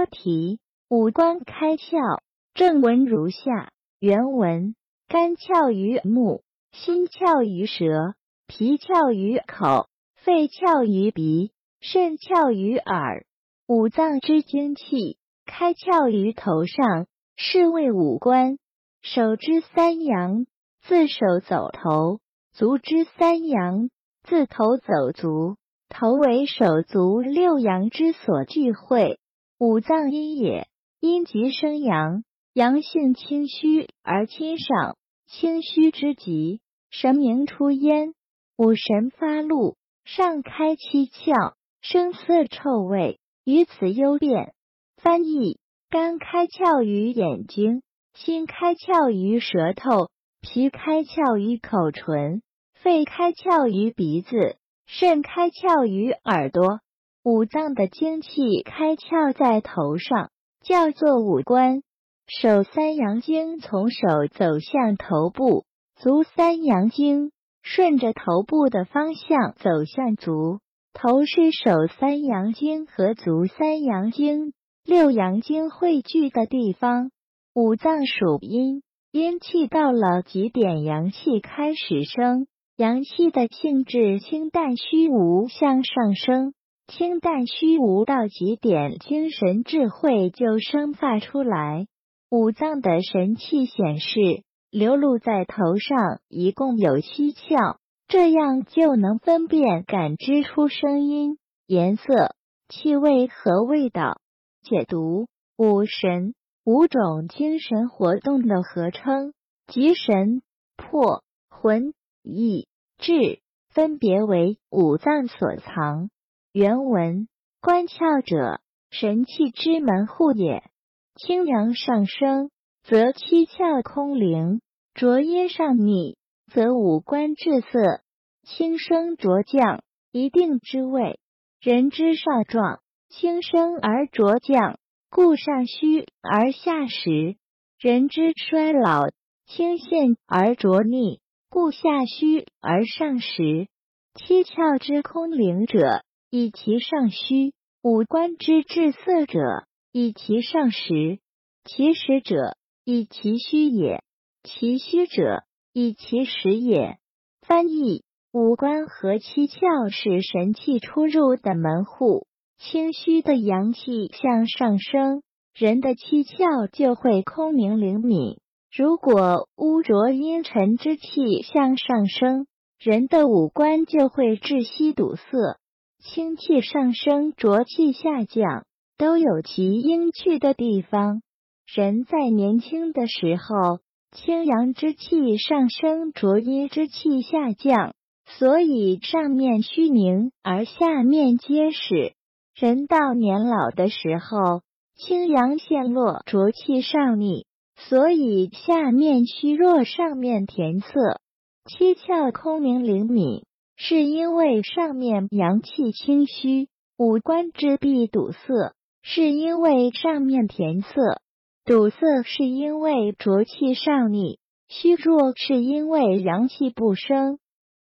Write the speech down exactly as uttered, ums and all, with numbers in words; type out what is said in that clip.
标题：五官开窍。正文如下。原文：肝窍于目，心窍于舌，脾窍于口，肺窍于鼻，肾窍于耳。五脏之精气开窍于头上，是谓五官。手之三阳，自手走头；足之三阳，自头走足。头为手足六阳之所聚会，五脏阴也。阴极生阳，阳性清虚而亲上，清虚之极，神明出焉。五神发露，上开七窍，声色臭味，于此幽变。翻译：肝开窍于眼睛，心开窍于舌头，脾开窍于口唇，肺开窍于鼻子，肾开窍于耳朵。五脏的精气开窍在头上，叫做五官。手三阳经从手走向头部，足三阳经顺着头部的方向走向足。头是手三阳经和足三阳经、六阳经汇聚的地方。五脏属阴，阴气到了极点，阳气开始生。阳气的性质清淡虚无向上升，清淡虚无到极点，精神智慧就生发出来。五脏的神气显示流露在头上，一共有七窍，这样就能分辨感知出声音、颜色、气味和味道。解读：五神，五种精神活动的合称，即神、魄、魂、意、志，分别为五脏所藏。原文：官窍者，神气之门户也。清阳上升，则七窍空灵；浊阴上逆，则五官滞涩。轻升浊降，一定之谓。人之少壮，轻升而浊降，故上虚而下实；人之衰老，轻陷而浊逆，故下虚而上实。七窍之空灵者，以其上虚；五官之滞涩者，以其上实。其实者，以其虚也；其虚者，以其实也。翻译：五官和七窍是神气出入的门户，清虚的阳气向上升，人的七窍就会空明灵敏；如果污浊阴沉之气向上升，人的五官就会窒息堵塞。清气上升，浊气下降，都有其应去的地方。人在年轻的时候，清阳之气上升，浊阴之气下降，所以上面虚明而下面结实。人到年老的时候，清阳陷落，浊气上逆，所以下面虚弱，上面填塞。七窍空明灵敏，是因为上面阳气清虚；五官之闭堵塞，是因为上面填塞。堵塞是因为浊气上逆，虚弱是因为阳气不生。